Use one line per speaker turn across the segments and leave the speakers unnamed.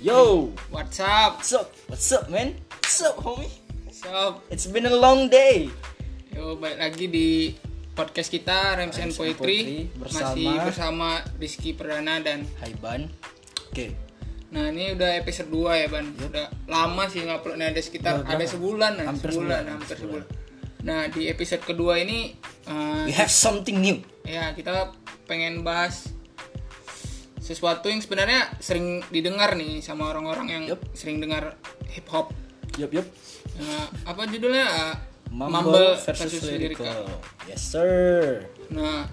Yo,
What's up?
what's up, man? What's up, homie?
What's up?
It's been a long day.
Yo, balik lagi di podcast kita Rhymes and Poetry masih bersama Rizky Perdana dan
Haiban. Oke.
Nah, ini udah episode 2 ya, Ban. Udah lama sih nguploadnya, ada sekitar ada sebulan lah, hampir sebulan. Nah, di episode kedua ini
We have something new.
ya kita pengen bahas sesuatu yang sebenarnya sering didengar nih sama orang-orang yang sering dengar hip hop.
Yup.
Apa judulnya?
Mumble versus lyrical. Yes, sir.
Nah,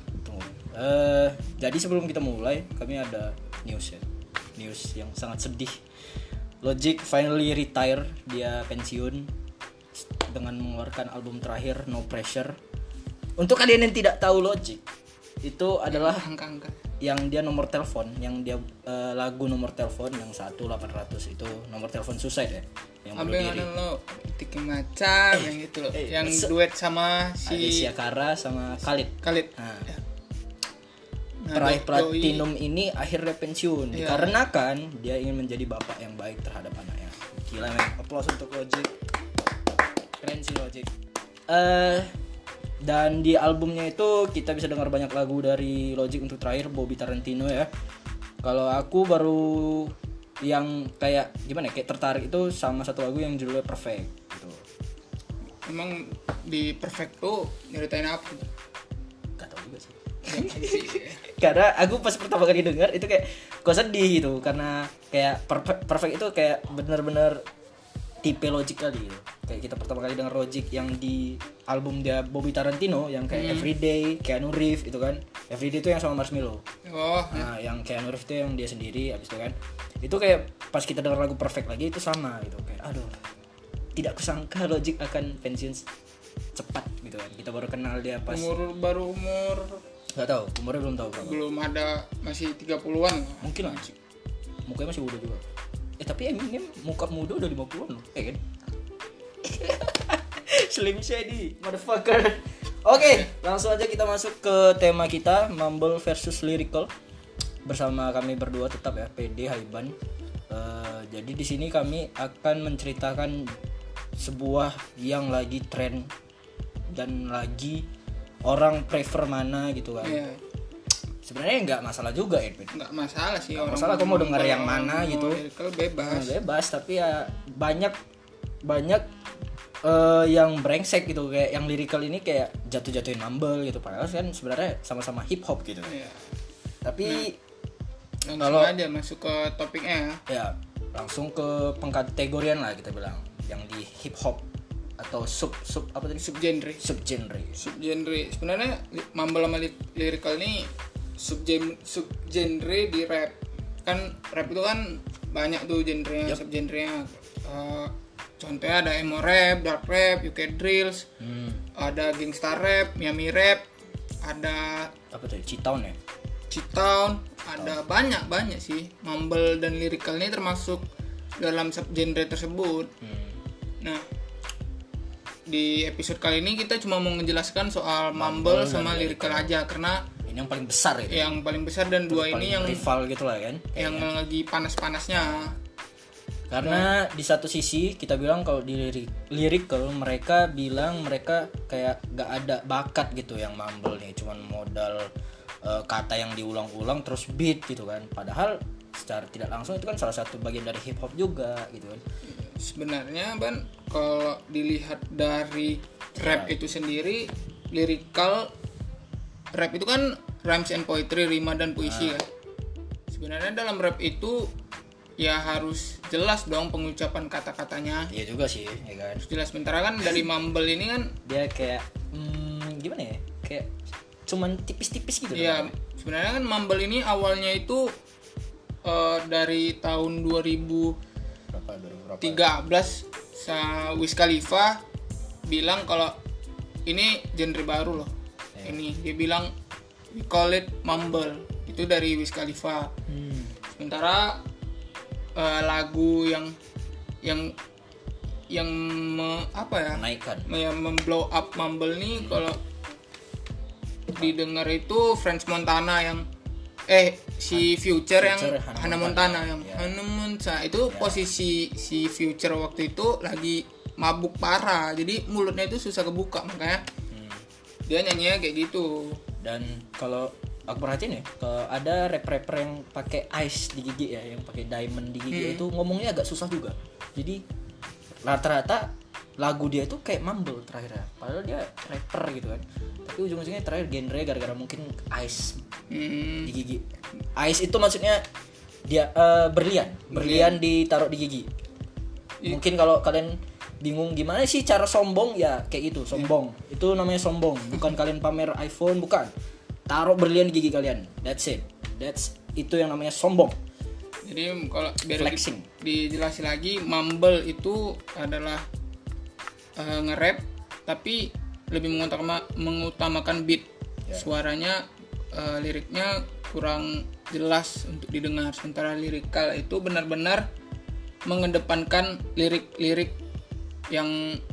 jadi sebelum kita mulai, kami ada news ya. News yang sangat sedih. Logic finally retire, dia pensiun dengan mengeluarkan album terakhir No Pressure. Untuk kalian yang tidak tahu Logic, itu adalah
angka-angka
yang dia nomor telepon, yang dia lagu nomor telepon yang 1-800 itu nomor telepon Suicide ya, yang bunuh diri.
Abang lo tikin macan yang itu loh, yang duet sama si
Alicia Cara sama Khalid. Nah, peraih platinum ini akhirnya pensiun dikarenakan dia ingin menjadi bapak yang baik terhadap anaknya. Gila men, applause untuk Logic. Keren sih Logic. Dan di albumnya itu kita bisa dengar banyak lagu dari Logic untuk terakhir Bobby Tarantino ya. Kalau aku baru yang kayak gimana ya, kayak tertarik itu sama satu lagu yang judulnya Perfect gitu.
Emang di Perfect tuh nyeritain apa gitu?
Gak tau juga sih. Karena aku pas pertama kali dengar itu kayak kok sedih gitu, karena kayak Perfect itu kayak bener-bener tipe Logic kali gitu. Kayak kita pertama kali dengar Logic yang di album dia Bobby Tarantino yang kayak Everyday, Keanu Reeves itu kan. Everyday itu yang sama Marshmello. Nah, yang Keanu Reeves itu yang dia sendiri abis itu kan. Itu kayak pas kita dengar lagu Perfect lagi itu sama gitu. Kayak aduh, tidak kusangka Logic akan pensiun cepat gitu kan. Kita baru kenal dia pas
umur
enggak tahu, umurnya belum tahu berapa.
Belum ada, masih 30-an.
Mungkin lah. Mukanya masih muda juga. Tapi Eminem muka muda udah 50-an loh, kan? Slim Shady, motherfucker. Oke, langsung aja kita masuk ke tema kita, Mumble versus Lyrical. Bersama kami berdua tetap ya, PD Haiban. Jadi di sini kami akan menceritakan sebuah yang lagi tren dan lagi orang prefer mana gitu kan.
Yeah.
Sebenarnya nggak masalah juga Edwin.
Nggak masalah sih.
Nggak masalah, aku mau denger yang mana gitu.
Lyrical bebas.
Bebas, tapi ya banyak yang brengsek gitu, kayak yang lyrical ini kayak jatuh-jatuhin mumble gitu, padahal kan sebenarnya sama-sama hip hop gitu.
Yeah.
Tapi
langsung aja masuk ke topiknya
ya. Langsung ke pengkategorian lah kita bilang, yang di hip hop atau sub apa tadi?
Subgenre. Sebenarnya mumble sama lyrical ini subgenre di rap. Kan rap itu kan banyak tuh genrenya, subgenrenya. Contohnya ada emo rap, dark rap, UK drills, ada gangsta rap, Miami rap, ada
apa tuh? Cheetown ya?
Cheetown, ada banyak sih. Mumble dan lyrical ini termasuk dalam subgenre tersebut. Nah, di episode kali ini kita cuma mau menjelaskan soal mumble sama lyrical aja, karena
ini yang paling besar gitu.
Yang paling besar dan dua ini yang
rival gitu lah kan.
Yang lagi panas-panasnya.
Karena di satu sisi kita bilang kalau di lyrical mereka bilang mereka kayak gak ada bakat gitu yang mumble nih, cuman modal kata yang diulang-ulang terus beat gitu kan. Padahal secara tidak langsung itu kan salah satu bagian dari hip hop juga gitu kan.
Sebenarnya Ban, kalau dilihat dari rap itu sendiri, lyrical rap itu kan rhymes and poetry, rima dan puisi kan. Sebenarnya dalam rap itu ya harus jelas dong pengucapan kata-katanya.
Iya juga sih, ya kan.
Harus jelas. Sementara kan dari mumble ini kan
dia kayak gimana ya? Kayak cuman tipis-tipis gitu.
Iya, sebenarnya kan mumble ini awalnya itu dari tahun 2013 Wiz Khalifa bilang kalau ini genre baru loh. Ini dia bilang we call it mumble. Itu dari Wiz Khalifa. Sementara lagu yang
menaikkan,
memblow up mumble nih kalau didengar itu French Montana yang si Future yang
Future,
Hannah Montana yang
ya.
Hannah Montana itu posisi si Future waktu itu lagi mabuk parah, jadi mulutnya itu susah kebuka, makanya dia nyanyinya kayak gitu.
Dan kalau aku perhatiin ya, kalau ada rapper yang pakai ice di gigi ya, yang pakai diamond di gigi itu ngomongnya agak susah juga. Jadi rata-rata lagu dia itu kayak mumble terakhirnya, padahal dia rapper gitu kan, tapi ujung-ujungnya terakhir genre gara-gara mungkin ice di gigi. Ice itu maksudnya dia berlian ditaruh di gigi. Mungkin kalau kalian bingung gimana sih cara sombong, ya kayak gitu, sombong. Itu namanya sombong, bukan kalian pamer iPhone, bukan. Taruh berlian di gigi kalian. That's it. Itu yang namanya sombong.
Jadi kalau biar
Flexing.
dijelasin lagi, mumble itu adalah nge-rap tapi lebih mengutamakan beat. Suaranya, liriknya kurang jelas untuk didengar. Sementara lirikal itu benar-benar mengedepankan lirik-lirik yang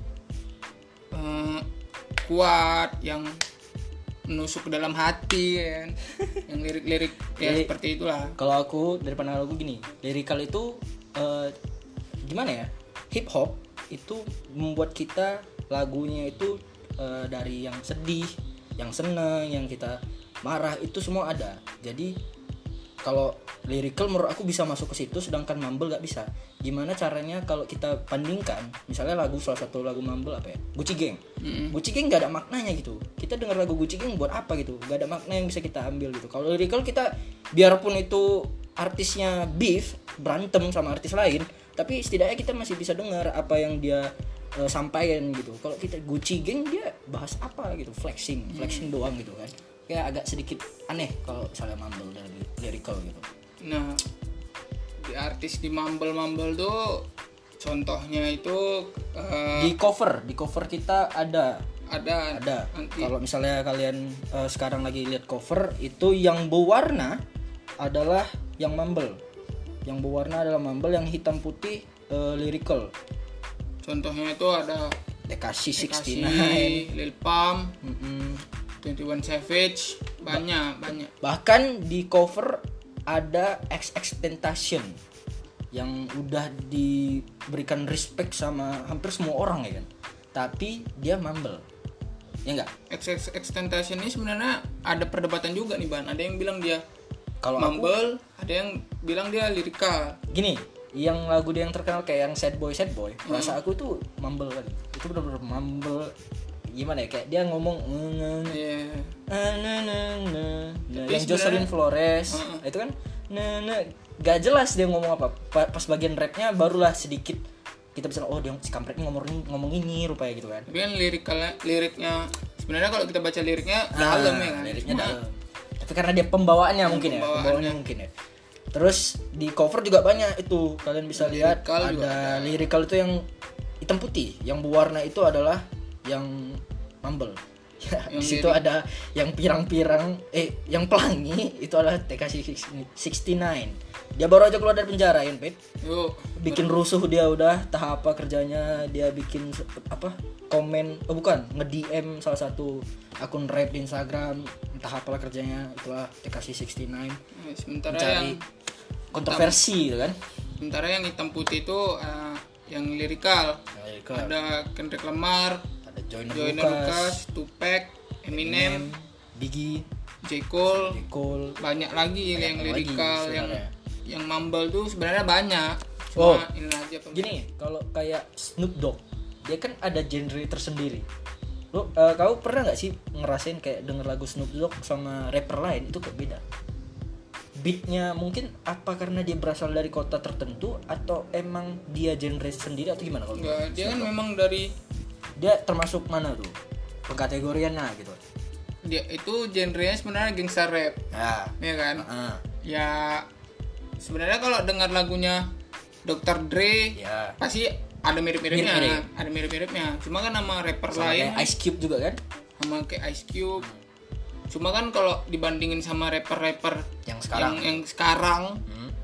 kuat, yang menusuk ke dalam hati kan. Yang lirik-lirik ya
Jadi,
seperti itulah.
Kalau aku dari pandangan aku gini, lirikal itu gimana ya? Hip hop itu membuat kita lagunya itu dari yang sedih, yang seneng, yang kita marah itu semua ada. Jadi kalau lyrical menurut aku bisa masuk ke situ, sedangkan mumble gak bisa. Gimana caranya kalau kita bandingkan, misalnya salah satu lagu mumble apa ya, Gucci Gang. Gucci Gang gak ada maknanya gitu. Kita dengar lagu Gucci Gang buat apa gitu, gak ada makna yang bisa kita ambil gitu. Kalau lyrical kita, biarpun itu artisnya beef, berantem sama artis lain, tapi setidaknya kita masih bisa dengar apa yang dia sampaikan gitu. Kalau kita Gucci Gang, dia bahas apa gitu, flexing doang gitu kan. Kayak agak sedikit aneh kalau misalnya mumble dan lyrical gitu.
Nah, di artis di mumble tuh contohnya itu
Di cover kita ada.
Nanti.
Kalau misalnya kalian sekarang lagi lihat cover, itu yang berwarna adalah yang mumble. Yang berwarna adalah mumble, yang hitam putih lyrical.
Contohnya itu ada
Tekashi 69,
Lil Pump, 21 Savage, banyak.
Bahkan di cover ada XXXTentacion yang udah diberikan respect sama hampir semua orang ya kan. Tapi dia mumble. Ya enggak?
XXXTentacion ini sebenarnya ada perdebatan juga nih, Ban. Ada yang bilang dia
Kalau
mumble, ada yang bilang dia lirikal.
Gini, yang lagu dia yang terkenal kayak yang Sad Boy, rasa aku tuh mumble kali. Itu benar-benar mumble. Gimana ya, kayak dia ngomong yang Jocelyn Flores itu kan gak jelas dia ngomong apa. Pas bagian rapnya barulah sedikit kita bisa dia si kampret ini ngomong ini rupanya gitu kan.
Tapi kan liriknya sebenarnya kalau kita baca liriknya dalam ya kan.
Liriknya dalam. Tapi karena dia pembawaannya mungkin ya. Terus di cover juga banyak itu, kalian bisa lihat ada lirikal itu yang hitam putih, yang berwarna itu adalah yang mumble. Ya, di situ ada yang pirang-pirang, yang pelangi itu adalah TK69. Dia baru aja keluar dari penjara, ya, Pet. Bikin rusuh dia udah, tahap apa kerjanya, dia bikin komen, nge-DM salah satu akun rap di Instagram, entah apalah kerjanya, itulah TK69.
Sementara
mencari kontroversi gitu kan.
Sementara yang hitam putih itu yang lirikal. Ada Kendrick Lamar,
ada Joyner
Lucas, Tupac, Eminem,
Biggie,
J. Cole, banyak lagi yang lirikal. Yang mumble tuh sebenarnya banyak. Cuma ini aja
gini, kalau kayak Snoop Dogg, dia kan ada genre tersendiri. Lo kau pernah nggak sih ngerasain kayak denger lagu Snoop Dogg sama rapper lain itu kayak beda? Beatnya mungkin apa karena dia berasal dari kota tertentu atau emang dia genre sendiri atau gimana? Kalau
enggak, dia kan memang
dia termasuk mana tuh pengkategoriannya gitu?
Dia itu genrenya sebenarnya gangsta rap, ya kan? Ya sebenarnya kalau dengar lagunya Dr. Dre, pasti ada mirip-miripnya. Cuma kan nama rapper
sama
lain,
kayak Ice Cube juga kan?
Sama kayak Ice Cube. Cuma kan kalau dibandingin sama rapper yang sekarang,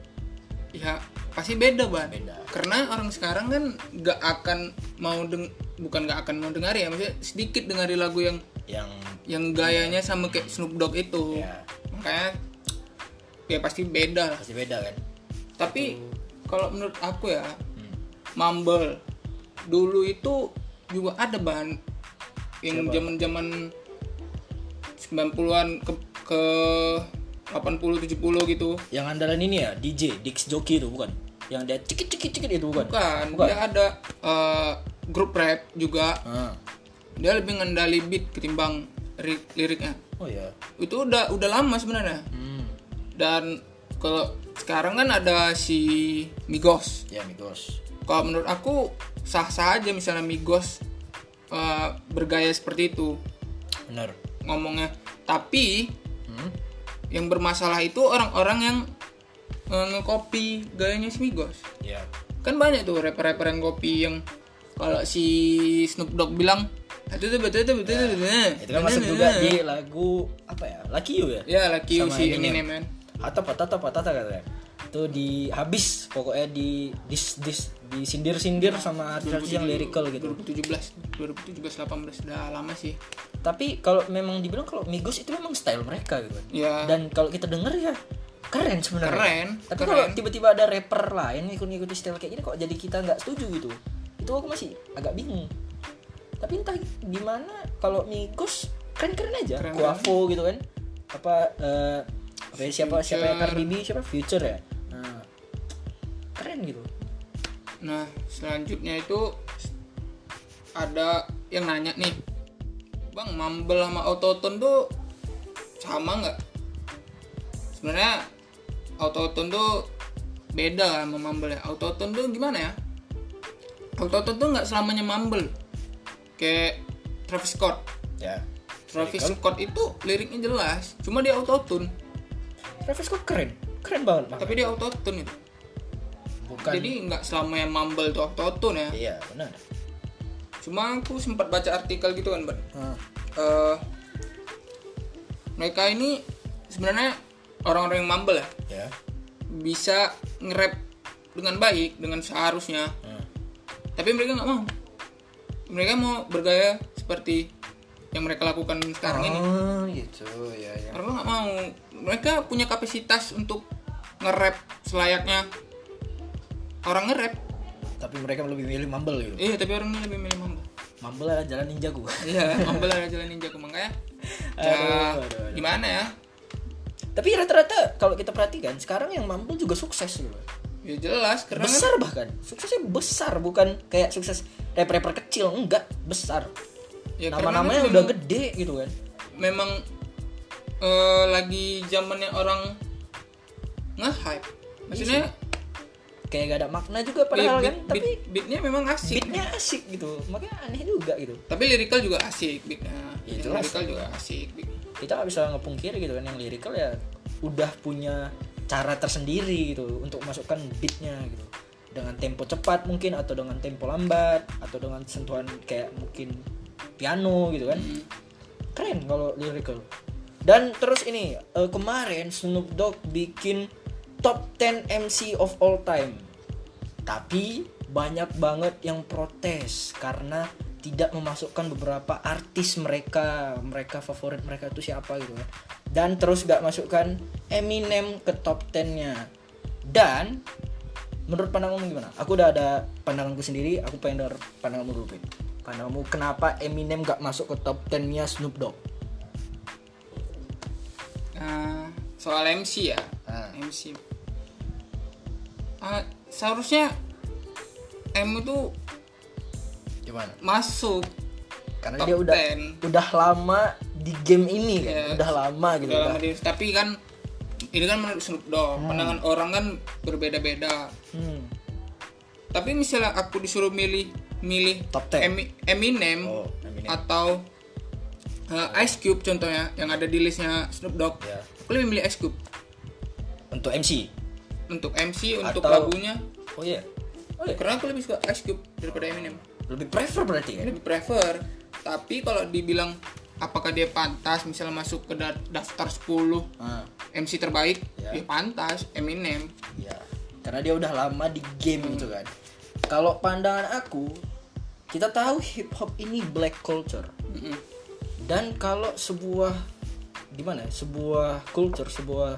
ya pasti beda, Bang. Karena orang sekarang kan nggak akan mau dengar ya, maksudnya sedikit dengari lagu yang gayanya sama kayak Snoop Dogg itu. Makanya ya pasti beda lah.
Pasti beda kan.
Tapi kalau menurut aku ya, Mumble dulu itu juga ada Ban yang zaman-zaman 90-an ke 80 70 gitu.
Yang andalan ini ya DJ Dix Jockey itu bukan? Yang dia cekit itu bukan?
Bukan. Dia ada grup rap juga. Dia lebih ngendali beat ketimbang liriknya.
Oh iya.
Itu udah lama sebenarnya. Dan kalau sekarang kan ada si Migos.
Ya Migos.
Kalau menurut aku sah-sah aja misalnya Migos bergaya seperti itu.
Benar.
Ngomongnya. Tapi yang bermasalah itu orang-orang yang nge-copy gayanya si Migos.
Iya.
Kan banyak tuh rapper-rapper yang copy yang kalau si Snoop Dogg bilang itu
kan masuk juga di lagu apa ya? Lucky You ya?
Ya, Lucky You si Eminem kan.
Atau patata katanya. Itu di habis pokoknya disindir-sindir sama artis yang lyrical gitu.
2017 18 udah lama sih.
Tapi kalau memang dibilang kalau Migos itu memang style mereka gitu.
Ya.
Dan kalau kita denger ya keren sebenarnya.
Keren.
Tapi kalau tiba-tiba ada rapper lain ngikut-ngikuti style kayak gini kok jadi kita nggak setuju gitu. Itu aku masih agak bingung. Tapi entah gimana kalau Migos keren-keren aja. Quavo gitu kan. Siapa yang Cardi B, siapa Future ya. Nah, keren gitu.
Nah, selanjutnya itu ada yang nanya nih, Bang, Mumble sama Autotune tuh sama nggak? Sebenarnya Autotune tuh beda sama Mumble ya. Autotune tuh gimana ya? Autotune tuh nggak selamanya Mumble. Kayak Travis Scott.
Ya.
Travis Scott itu liriknya jelas, cuma dia Autotune.
Travis Scott keren banget.
Tapi dia Autotune itu.
Bukan.
Jadi nggak selamanya Mumble itu Autotune ya.
Iya, benar.
Cuma aku sempat baca artikel gitu kan, Bang. Mereka ini sebenarnya orang-orang yang Mumble ya. Bisa nge-rap dengan baik, dengan seharusnya. Tapi mereka nggak mau. Mereka mau bergaya seperti yang mereka lakukan sekarang ini.
Gitu ya.
Mereka nggak mau. Mereka punya kapasitas untuk nge-rap selayaknya orang nge-rap.
Tapi mereka lebih milih Mumble gitu.
Iya, tapi orang ini lebih milih Mumble.
Mumble adalah jalan ninjaku.
Iya, Mumble adalah jalan ninjaku, makanya.
Aduh.
Gimana ya?
Tapi rata-rata kalau kita perhatikan sekarang yang Mumble juga sukses gitu.
Ya jelas, karena
besar bahkan. Suksesnya besar, bukan kayak sukses rapper kecil, enggak, besar.
Ya,
nama-namanya udah gede gitu kan.
Memang lagi zamannya orang nge-hype. Maksudnya
kayak gak ada makna juga padahal kan, tapi
beatnya memang asik.
Beatnya asik gitu, makanya aneh juga gitu.
Tapi lyrical juga asik beatnya.
Ya,
lyrical juga asik.
Kita nggak bisa ngepungkiri gitu kan, yang lyrical ya udah punya cara tersendiri gitu untuk masukkan beatnya gitu, dengan tempo cepat mungkin, atau dengan tempo lambat, atau dengan sentuhan kayak mungkin piano gitu kan. Keren kalau lyrical. Dan terus ini kemarin Snoop Dogg bikin top 10 MC of all time. Tapi banyak banget yang protes karena tidak memasukkan beberapa artis mereka favorit mereka itu siapa gitu kan. Dan terus gak masukkan Eminem ke top 10-nya. Dan menurut pandanganmu gimana? Aku udah ada pandanganku sendiri, aku pengen denger pandanganmu dulu, Pin. Pandanganmu kenapa Eminem gak masuk ke top 10-nya Snoop Dogg?
Soal MC ya. MC. Seharusnya M itu
gimana?
Masuk.
Karena dia udah lama di game ini kan. Yeah. Udah lama gitu.
Udah lama tapi kan ini kan menurut Snoop Dogg, pandangan orang kan berbeda-beda. Tapi misalnya aku disuruh milih
top 10.
Eminem atau Ice Cube contohnya yang ada di listnya Snoop Dogg. Yeah. Aku lebih milih Ice Cube.
Untuk MC,
untuk lagunya.
Oh iya.
Karena aku lebih suka Ice Cube daripada Eminem.
Lebih prefer berarti ya?
Lebih prefer. Tapi kalau dibilang apakah dia pantas misalnya masuk ke daftar 10 MC terbaik, dia pantas Eminem.
Iya. Karena dia udah lama di game gitu kan. Kalau pandangan aku, kita tahu hip hop ini black culture. Dan kalau sebuah culture, sebuah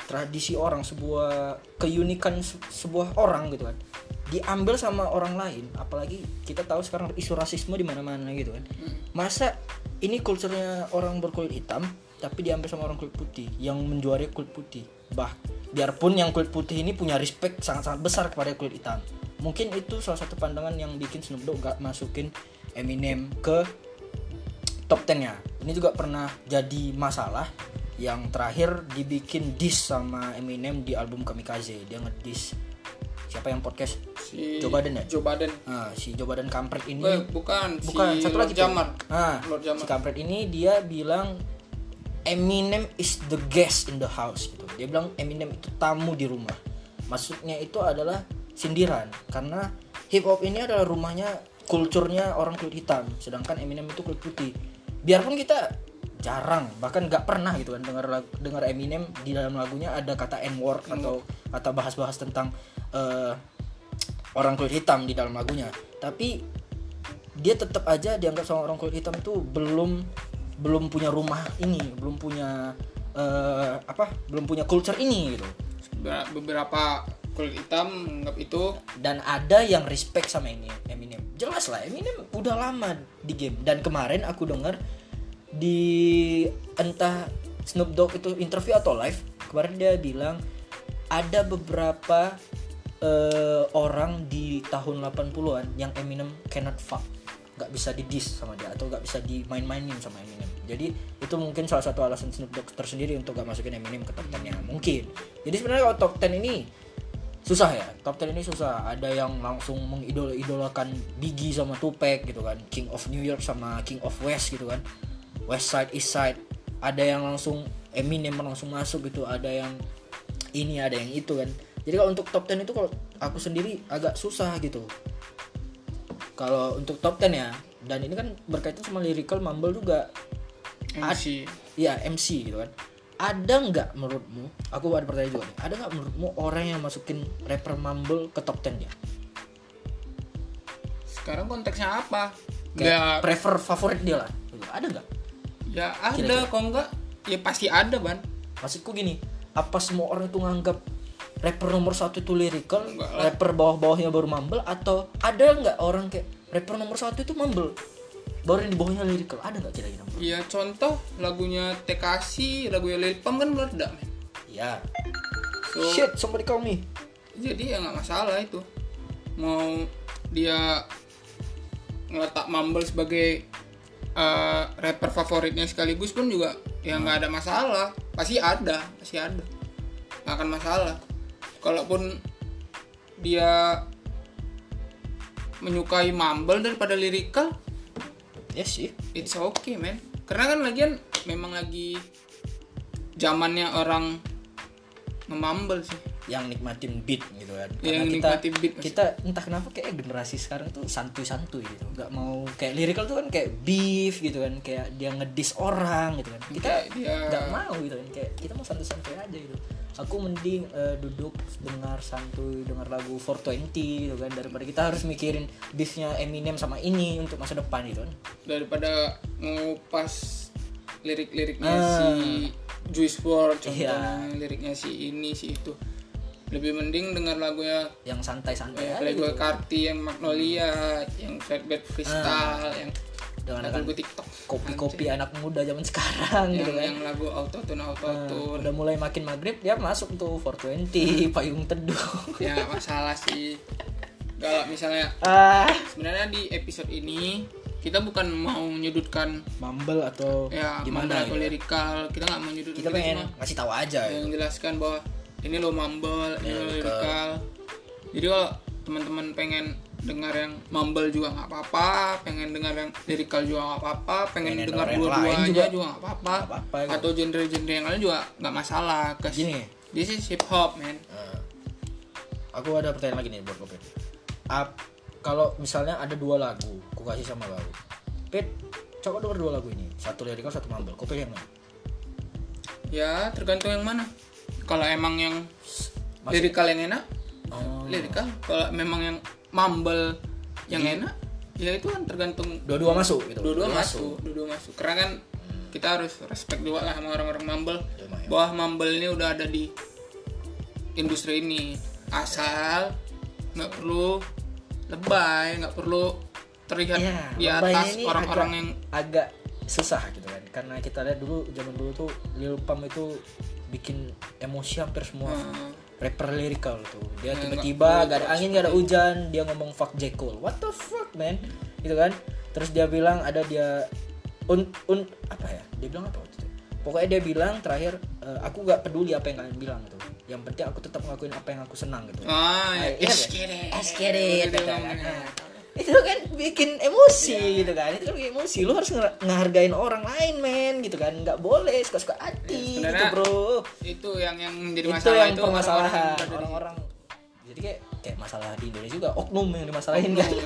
tradisi orang, sebuah keunikan sebuah orang gitu kan, diambil sama orang lain. Apalagi kita tahu sekarang isu rasisme di mana-mana gitu kan. Masa ini kulturnya orang berkulit hitam tapi diambil sama orang kulit putih yang menjuarai kulit putih. Biarpun yang kulit putih ini punya respect sangat-sangat besar kepada kulit hitam. Mungkin itu salah satu pandangan yang bikin Snoop Dogg gak masukin Eminem ke top 10-nya. Ini juga pernah jadi masalah. Yang terakhir dibikin diss sama Eminem di album Kamikaze. Dia ngediss siapa yang podcast?
Si
Joe Budden ya?
Joe Budden.
Si Joe Budden kampret ini.
Bukan
si
Lord
satu lagi
Jamar.
Lord Jamar. Si kampret ini dia bilang Eminem is the guest in the house gitu. Dia bilang Eminem itu tamu di rumah. Maksudnya itu adalah sindiran karena hip hop ini adalah rumahnya, kulturnya orang kulit hitam, sedangkan Eminem itu kulit putih. Biarpun kita jarang, bahkan nggak pernah gitu kan dengar Eminem di dalam lagunya ada kata N-word atau kata bahas-bahas tentang orang kulit hitam di dalam lagunya. Tapi dia tetap aja dianggap sama orang kulit hitam itu belum punya rumah ini, belum punya belum punya culture ini gitu.
Beberapa kulit hitam menganggap itu,
dan ada yang respect sama ini Eminem. Jelas lah Eminem udah lama di game, dan kemarin aku dengar di entah Snoop Dogg itu interview atau live, kemarin dia bilang ada beberapa orang di tahun 80-an yang Eminem cannot fuck, gak bisa di diss sama dia atau gak bisa dimain-mainin sama Eminem. Jadi itu mungkin salah satu alasan Snoop Dogg tersendiri untuk gak masukin Eminem ke top 10-nya mungkin. Jadi sebenarnya kalau top 10 ini susah ya, top 10 ini susah. Ada yang langsung mengidolakan Biggie sama Tupac gitu kan, King of New York sama King of West gitu kan, West Side East Side. Ada yang langsung Eminem langsung masuk gitu, ada yang ini, ada yang itu kan. Jadi kalau untuk top 10 itu kalau aku sendiri agak susah gitu kalau untuk top 10 ya. Dan ini kan berkaitan sama lyrical mumble juga,
MC.
Iya MC gitu kan. Ada nggak menurutmu, aku ada pertanyaan juga nih, ada nggak menurutmu orang yang masukin rapper mumble ke top 10 ya?
Sekarang konteksnya apa?
Kayak prefer favorit dia lah gitu. Ada nggak?
Ya ada.
Kira-kira.
Kok enggak ya pasti ada, Ban.
Maksudku gini, apa semua orang itu nganggap rapper nomor 1 itu lyrical,
Enggak lah.
rapper bawah-bawahnya baru mumble, atau ada nggak orang kayak rapper nomor 1 itu mumble baru yang di bawahnya lyrical? Ada nggak kira-kira?
Ya contoh lagunya TKC, lagunya Lil Pump kan meledak, men.
Ya.
So,
Shit, somebody call me.
jadi ya nggak masalah itu. Mau dia ngeletak mumble sebagai rapper favoritnya sekaligus pun juga ya nggak ada masalah. Pasti ada. Nggak akan masalah. Kalaupun dia menyukai mumble daripada lyrical,
Yes sih.
it's okay, man. Karena kan lagian memang lagi zamannya orang nge-mumble sih.
Yang nikmatin beat gitu kan.
Yang
Karena
nikmatin beat,
kita entah kenapa kayak generasi sekarang tuh santuy-santuy gitu. Gak mau kayak lyrical tuh kan kayak beef gitu kan, kayak dia ngediss orang gitu kan. Kita
Kayak dia
gak mau gitu kan, kayak kita mau santuy-santuy aja gitu. Aku mending duduk dengar santuy, dengar lagu 420 gitu kan, daripada kita harus mikirin beefnya Eminem sama ini untuk masa depan gitu kan.
daripada ngupas lirik-liriknya si Juice WRLD contohnya, liriknya si ini si itu. Lebih mending dengar lagunya
Yang santai-santai aja
Playboy
gitu.
Carti, yang Magnolia, yang Fatbad Freestyle, yang
Dengan
lagu TikTok,
kopi-kopi anak muda zaman sekarang gitu kan.
yang lagu autotune.
Udah mulai makin maghrib dia masuk tuh 420 payung teduh.
Ya nggak masalah sih. Kalau misalnya sebenarnya di episode ini kita bukan mau menyudutkan
mumble atau
ya
gimana
mumble atau
gitu.
lirikal, kita nggak mau menyudutkan,
Kita pengen
cuma
ngasih tahu aja
yang
gitu.
menjelaskan bahwa ini lo mumble, ini lo lirikal. Jadi kalau teman-teman pengen dengar yang mumble juga nggak apa-apa, pengen dengar yang lirikal juga nggak apa-apa, pengen dengar
yang lain
dua-duanya juga nggak apa-apa,
Nggak apa-apa gitu.
atau genre-genre yang lain juga nggak masalah.
Gini.
This is hip hop, man.
Aku ada pertanyaan lagi nih buat Kopet. Kalau misalnya ada 2 lagu, aku kasih sama kau. Pet, coba denger 2 lagu ini. Satu lirikal, satu mumble. Kau pilih yang mana?
Ya tergantung yang mana. Kalau emang yang lirikal yang enak, lirikal. Kalau memang yang mumble yang enak, ya itu kan tergantung.
Dua-dua masuk gitu.
Dua-dua masuk. Karena kan kita harus respect juga lah sama orang-orang mumble.
Ya.
Bahwa mumble ini udah ada di industri ini, asal nggak perlu lebay, nggak perlu terlihat di atas orang-orang yang
agak susah gitu kan, karena kita lihat zaman dulu tuh Lil Pump itu bikin emosi hampir semua rapper lyrical tuh. Dia tiba-tiba gak ada angin, gak ada hujan, dia ngomong fuck J. Cole, what the fuck man, gitu kan. Terus dia bilang ada dia apa ya, dia bilang apa waktu itu, pokoknya dia bilang terakhir, aku gak peduli apa yang kalian bilang gitu, yang penting aku tetap ngelakuin apa yang aku senang gitu. Itu kan bikin emosi gitu kan, itu kan bikin emosi. Lu harus ngehargain orang lain men gitu kan, nggak boleh suka-suka hati gitu bro.
Itu yang jadi masalah,
itu permasalahan orang-orang. Jadi kayak masalah di Indonesia juga, oknum yang dimasalahin kan.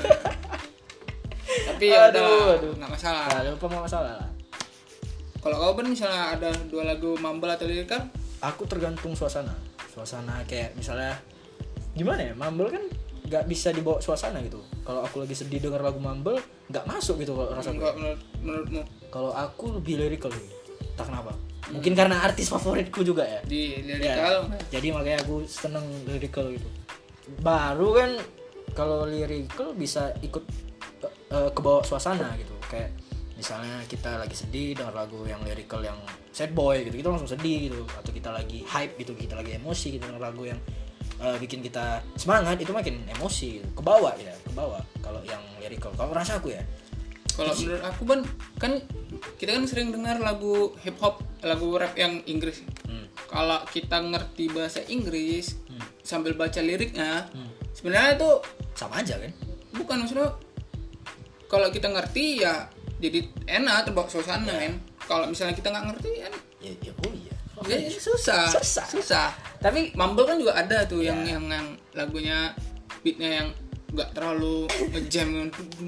Tapi ya udah nggak masalah.
Lupa nggak masalah lah.
Kalau kau Ben misalnya ada 2 lagu mumble atau lyrical,
aku tergantung suasana kayak misalnya gimana ya, mumble kan nggak bisa dibawa suasana gitu. Kalau aku lagi sedih denger lagu mumble nggak masuk gitu kalau rasa gue.
Menurutmu?
Kalau aku lebih lyrical nih, tak kenapa. Mungkin karena artis favoritku juga ya.
Di lyrical.
Ya, jadi makanya aku seneng lyrical gitu. Baru kan kalau lyrical bisa ikut kebawa suasana gitu. Kayak misalnya kita lagi sedih denger lagu yang lyrical yang sad boy gitu, kita langsung sedih gitu. Atau kita lagi hype gitu, kita lagi emosi gitu denger lagu yang bikin kita semangat, itu makin emosi gitu. Kebawa kalau yang lyrical. Kalau rasa aku ya.
Kalau menurut aku kan kita kan sering dengar lagu hip hop, lagu rap yang Inggris. Kalau kita ngerti bahasa Inggris sambil baca liriknya, sebenarnya itu
sama aja kan?
Bukan, maksudnya kalau kita ngerti ya jadi enak terbawa suasana men. Kalau misalnya kita nggak ngerti kan ya susah. Tapi mumble kan juga ada tuh yang lagunya beatnya yang nggak terlalu ngejam.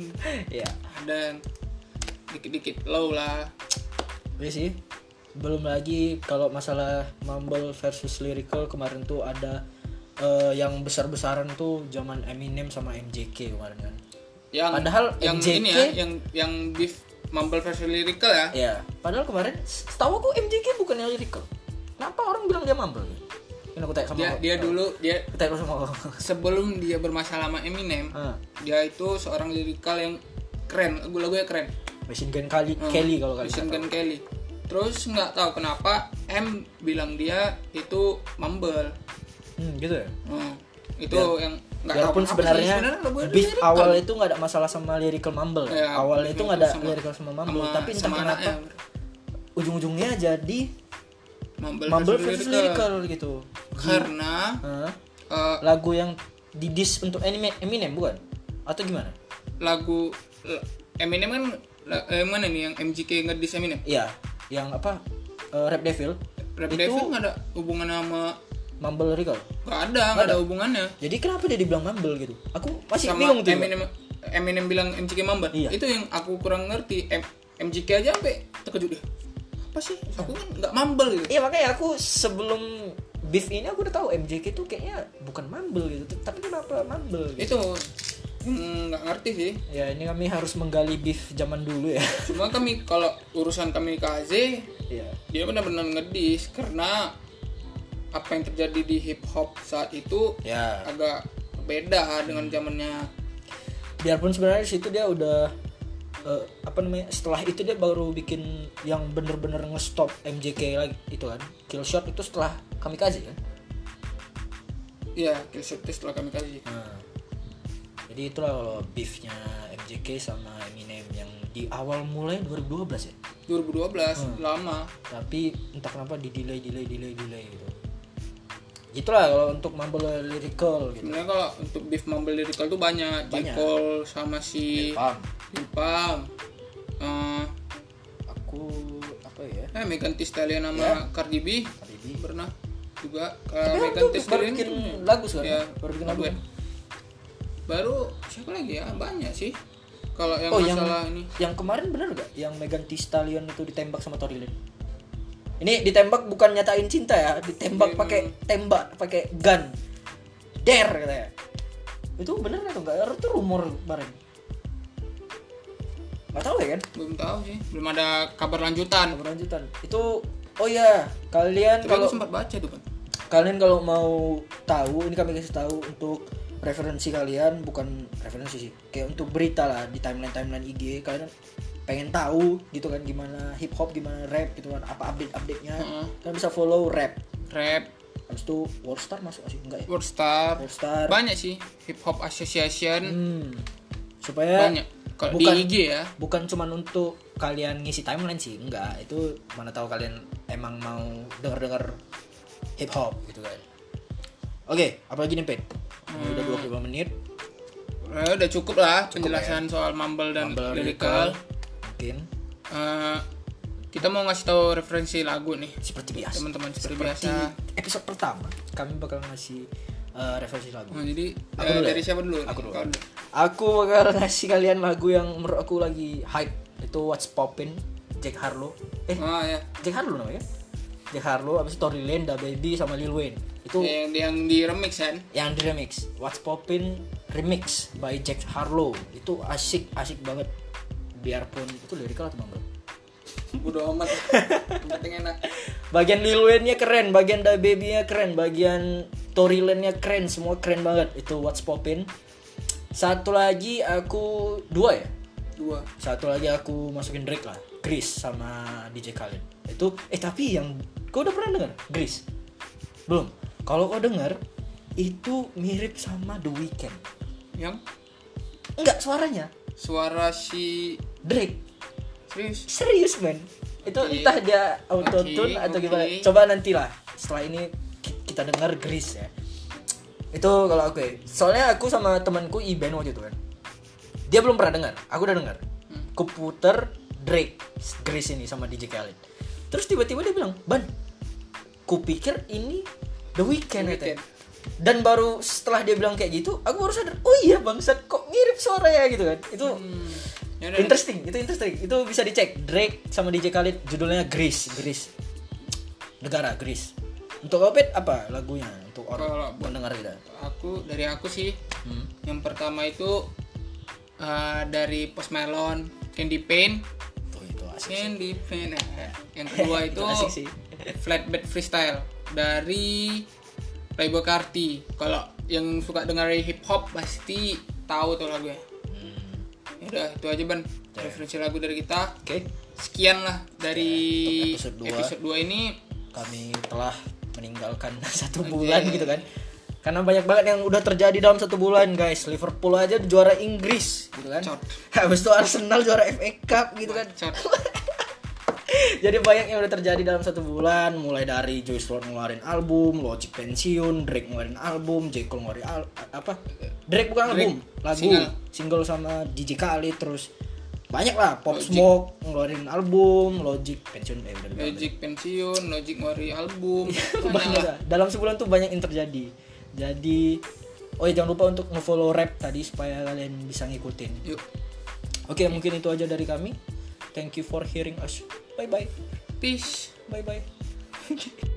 Ada dikit-dikit low lah.
Iya sih. Belum lagi kalau masalah mumble versus lyrical, kemarin tuh ada yang besar-besaran tuh zaman Eminem sama MJK kemarin kan. Padahal
yang
MJK
ini ya, yang beef mumble versus lyrical ya.
Iya. Padahal kemarin setahu aku MJK bukan yang lyrical. Kenapa orang bilang dia mumble? Ini aku tanya sama
dia
tanya sama
sebelum dia bermasalah sama Eminem, dia itu seorang lirikal yang keren, lagu-lagunya keren.
Machine Gun Kelly kalau kalian.
Machine Gun Kelly. Terus nggak tahu kenapa M bilang dia itu mumble.
Gitu ya.
Itu yang nggak tahu.
Walaupun sebenarnya beef awal itu nggak ada masalah sama lyrical mumble.
Ya,
awal itu nggak ada lyrical sama mumble, tapi entah kenapa ujung-ujungnya jadi mumble versus lyrical gitu.
Karena
lagu yang didis untuk Eminem bukan? Atau gimana?
Lagu Eminem kan mana nih yang MJK ngedis Eminem?
Iya, yang apa? Rap Devil.
Rap Devil nggak ada hubungan sama
mumble lyrical?
Nggak ada hubungannya.
Jadi kenapa dia dibilang mumble gitu? Aku masih
sama
bingung tuh.
Eminem bilang MJK mumble.
Iya.
Itu yang aku kurang ngerti. MJK aja sampai terkejut deh. Apa sih? Aku kan nggak mumble gitu.
Iya, makanya aku sebelum beef ini aku udah tahu MJK itu kayaknya bukan mumble gitu. Tapi kenapa mumble gitu?
Itu nggak ngerti sih.
Ya ini kami harus menggali beef zaman dulu ya.
Cuma kami kalau urusan kamikaze, dia benar-benar ngedis karena apa yang terjadi di hip hop saat itu agak beda dengan zamannya.
Biarpun sebenarnya di situ dia udah setelah itu dia baru bikin yang bener-bener nge-stop MJK lagi itu kan. Kill Shot itu setelah Kamikaze kan?
Iya, Kill Shot itu setelah Kamikaze.
Jadi itulah kalau beefnya MJK sama Eminem yang di awal mulai 2012 ya.
2012 lama.
Tapi entah kenapa delay gitu. Itulah kalau untuk mumble lyrical gitu.
Sebenarnya kalau untuk beef mumble lyrical tuh banyak. J. Cole sama si Lil Pump.
Aku apa ya?
Megan Thee Stallion sama Cardi B. Pernah juga.
Megan Thee Stallion bikin lagu sekarang.
Ya,
baru bikin lagu.
Baru siapa lagi ya? Banyak sih. Kalau yang masalah ini.
Yang kemarin bener gak? Yang Megan Thee Stallion itu ditembak sama Tory Lanez. Ini ditembak bukan nyatain cinta ya, ditembak pakai gun. Dare katanya. Itu bener atau enggak? Itu rumor kemarin. Enggak tahu ya kan?
Belum tahu sih. Belum ada kabar lanjutan.
Itu kalian
tapi kalau sempat baca tuh kan.
kalian kalau mau tahu, ini kami kasih tahu untuk referensi kalian, bukan referensi sih, kayak untuk berita lah di timeline IG. Kalian pengen tahu gitu kan gimana hip hop, gimana rap gitu kan, apa update-nya, kalian bisa follow rap. Habis itu Worldstar masuk sih enggak ya?
Worldstar. Banyak sih hip hop association.
Supaya
banyak. Kalau di IG ya.
Bukan cuman untuk kalian ngisi timeline sih, enggak. Itu mana tahu kalian emang mau denger hip hop gitu kan. Oke, apalagi nih, Pet? Udah 25 menit.
Udah cukup lah penjelasan soal mumble dan lyrical.
Mungkin
kita mau ngasih tahu referensi lagu nih.
Seperti biasa.
Teman-teman seperti biasa.
Episode pertama kami bakal ngasih referensi lagu.
Nah, jadi dari siapa dulu?
Aku bakal ngasih kalian lagu yang menurut aku lagi hype. Itu What's Poppin', Jack Harlow.
Ya.
Jack Harlow namanya. Jack Harlow, abis itu Tory Lane, DaBaby sama Lil Wayne. Itu
yang di remix kan?
Yang di remix. What's Poppin' remix by Jack Harlow. Itu asik banget. Biarpun itu lyrical atau mumble.
Bodo amat. Penting enak.
Bagian Lil Wayne-nya keren, bagian DaBaby-nya keren, bagian Tory Lane-nya keren, semua keren banget. Itu What's Poppin'. Satu lagi aku dua. Satu lagi aku masukin Drake lah, Grease sama DJ Khaled. Itu tapi yang kau udah pernah dengar Grease? Belum. Kalau kau dengar itu mirip sama The Weeknd.
Yang?
Enggak, suaranya.
Suara si
Drake. Serius men. Itu entah dia autotune atau gimana. Coba nantilah setelah ini kita dengar Grease ya. Itu kalau aku ya. Soalnya aku sama temanku Iben waktu itu kan. Dia belum pernah dengar, aku udah dengar. Kuputer Drake, Grease ini sama DJ Khaled. Terus tiba-tiba dia bilang, "Ban, kupikir ini The Weeknd." Dan baru setelah dia bilang kayak gitu, aku baru sadar, oh iya bangsat, kok mirip suaranya gitu kan. Itu interesting. Itu bisa dicek. Drake sama DJ Khaled, judulnya Grease. Negara Grease. Untuk Opet apa lagunya untuk orang pendengar kita?
Dari aku sih. Yang pertama itu dari Post Malone, Candy Paint.
Itu asik.
Candy Paint. Yang kedua itu Flatbed Freestyle dari Playboi Carti. Kalau yang suka dengar hip hop pasti tahu tuh lagunya. Udah itu aja Ban, referensi lagu dari kita.
Oke.
Sekian lah dari episode 2 ini.
Kami telah meninggalkan 1 bulan gitu kan. Karena banyak banget yang udah terjadi dalam 1 bulan guys. Liverpool aja juara Inggris gitu kan. Habis itu Arsenal juara FA Cup gitu kan. Jadi banyak yang udah terjadi dalam 1 bulan. Mulai dari Juice WRLD ngeluarin album, Logic pensiun, Drake ngeluarin album, J. Cole ngeluarin Drake bukan album, lagu single sama DJ Khaled. Terus banyak lah, Pop Smoke ngeluarin album, Logic pensiun
Logic ngeluarin album.
Dalam sebulan tuh banyak yang terjadi. Jadi jangan lupa untuk nge-follow rap tadi supaya kalian bisa ngikutin.
Yuk.
Oke, mungkin itu aja dari kami. Thank you for hearing us. Bye bye.
Peace.
Bye bye.